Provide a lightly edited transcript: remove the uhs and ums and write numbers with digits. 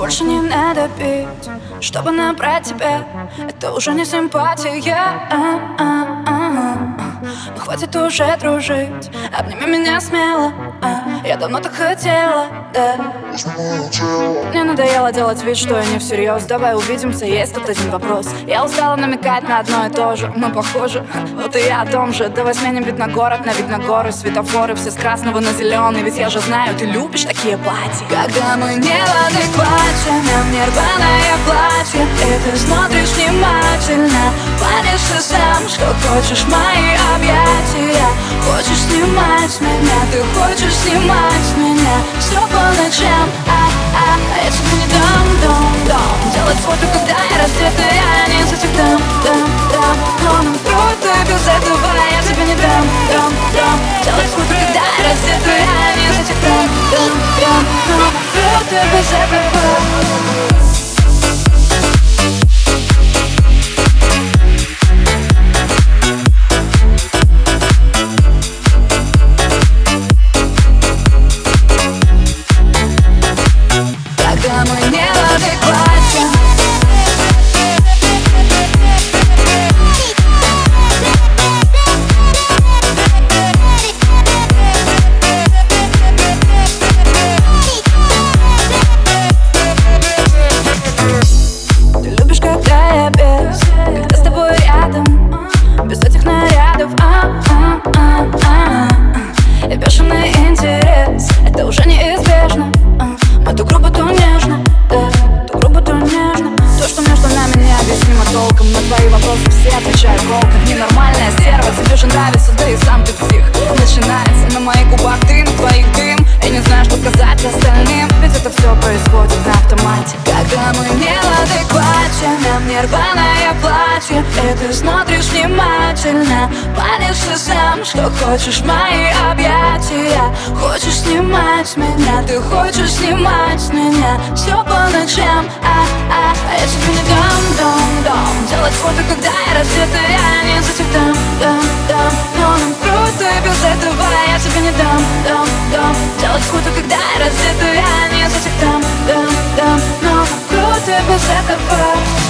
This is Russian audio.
больше не надо пить, чтобы набрать тебя. Это уже не симпатия. Ну хватит уже дружить, обними меня смело. Я давно так хотела, да. Мне надоело делать вид, что я не всерьез. Давай увидимся, есть тут один вопрос. Я устала намекать на одно и то же. Мы похожи, вот и я о том же. Давай сменим вид на город, на вид на горы. Светофоры все с красного на зеленый. Ведь я же знаю, ты любишь такие платья. Когда мы не в адеквате, на мне рваное платье, и ты смотришь внимательно. Палишь ты сам, что хочешь мои объятия. Хочешь снимать меня, ты хочешь снимать меня. Все по ночам, я тебе не дам. Делать фото, когда я раздетая, не с этих дам. Но нам круто без этого, я тебе не дам. Делать фото, когда я раздетая, не с этих дам. Но нам круто без этого. Когда мы не в адеквате, ты любишь, когда я без, когда с тобой рядом, без этих нарядов. И бешеный интерес, это уже неизбежно. Мы то грубо, то нежно, да, то грубо, то нежно. То, что между нами необъяснимо толком. На твои вопросы все отвечаю колко. Ненормальная стерва, тебе же нравится, да и сам ты псих. Начинается на моих губах дым, на твоих дым. Я не знаю, что сказать остальным, ведь это все происходит на автомате. Когда мы не в адеквате, на мне рваное платье, и ты смотришь внимательно. Палишь ты сам, что хочешь мои объятия. Хочешь снимать меня, ты хочешь снимать меня. Все по ночам, я тебе не дам. Делать фото, когда я раздетая, не за тебя дам. Но нам круто без этого, я тебе не дам. Делать фото, когда я раздетая, не за тебя дам. Но нам круто без этого.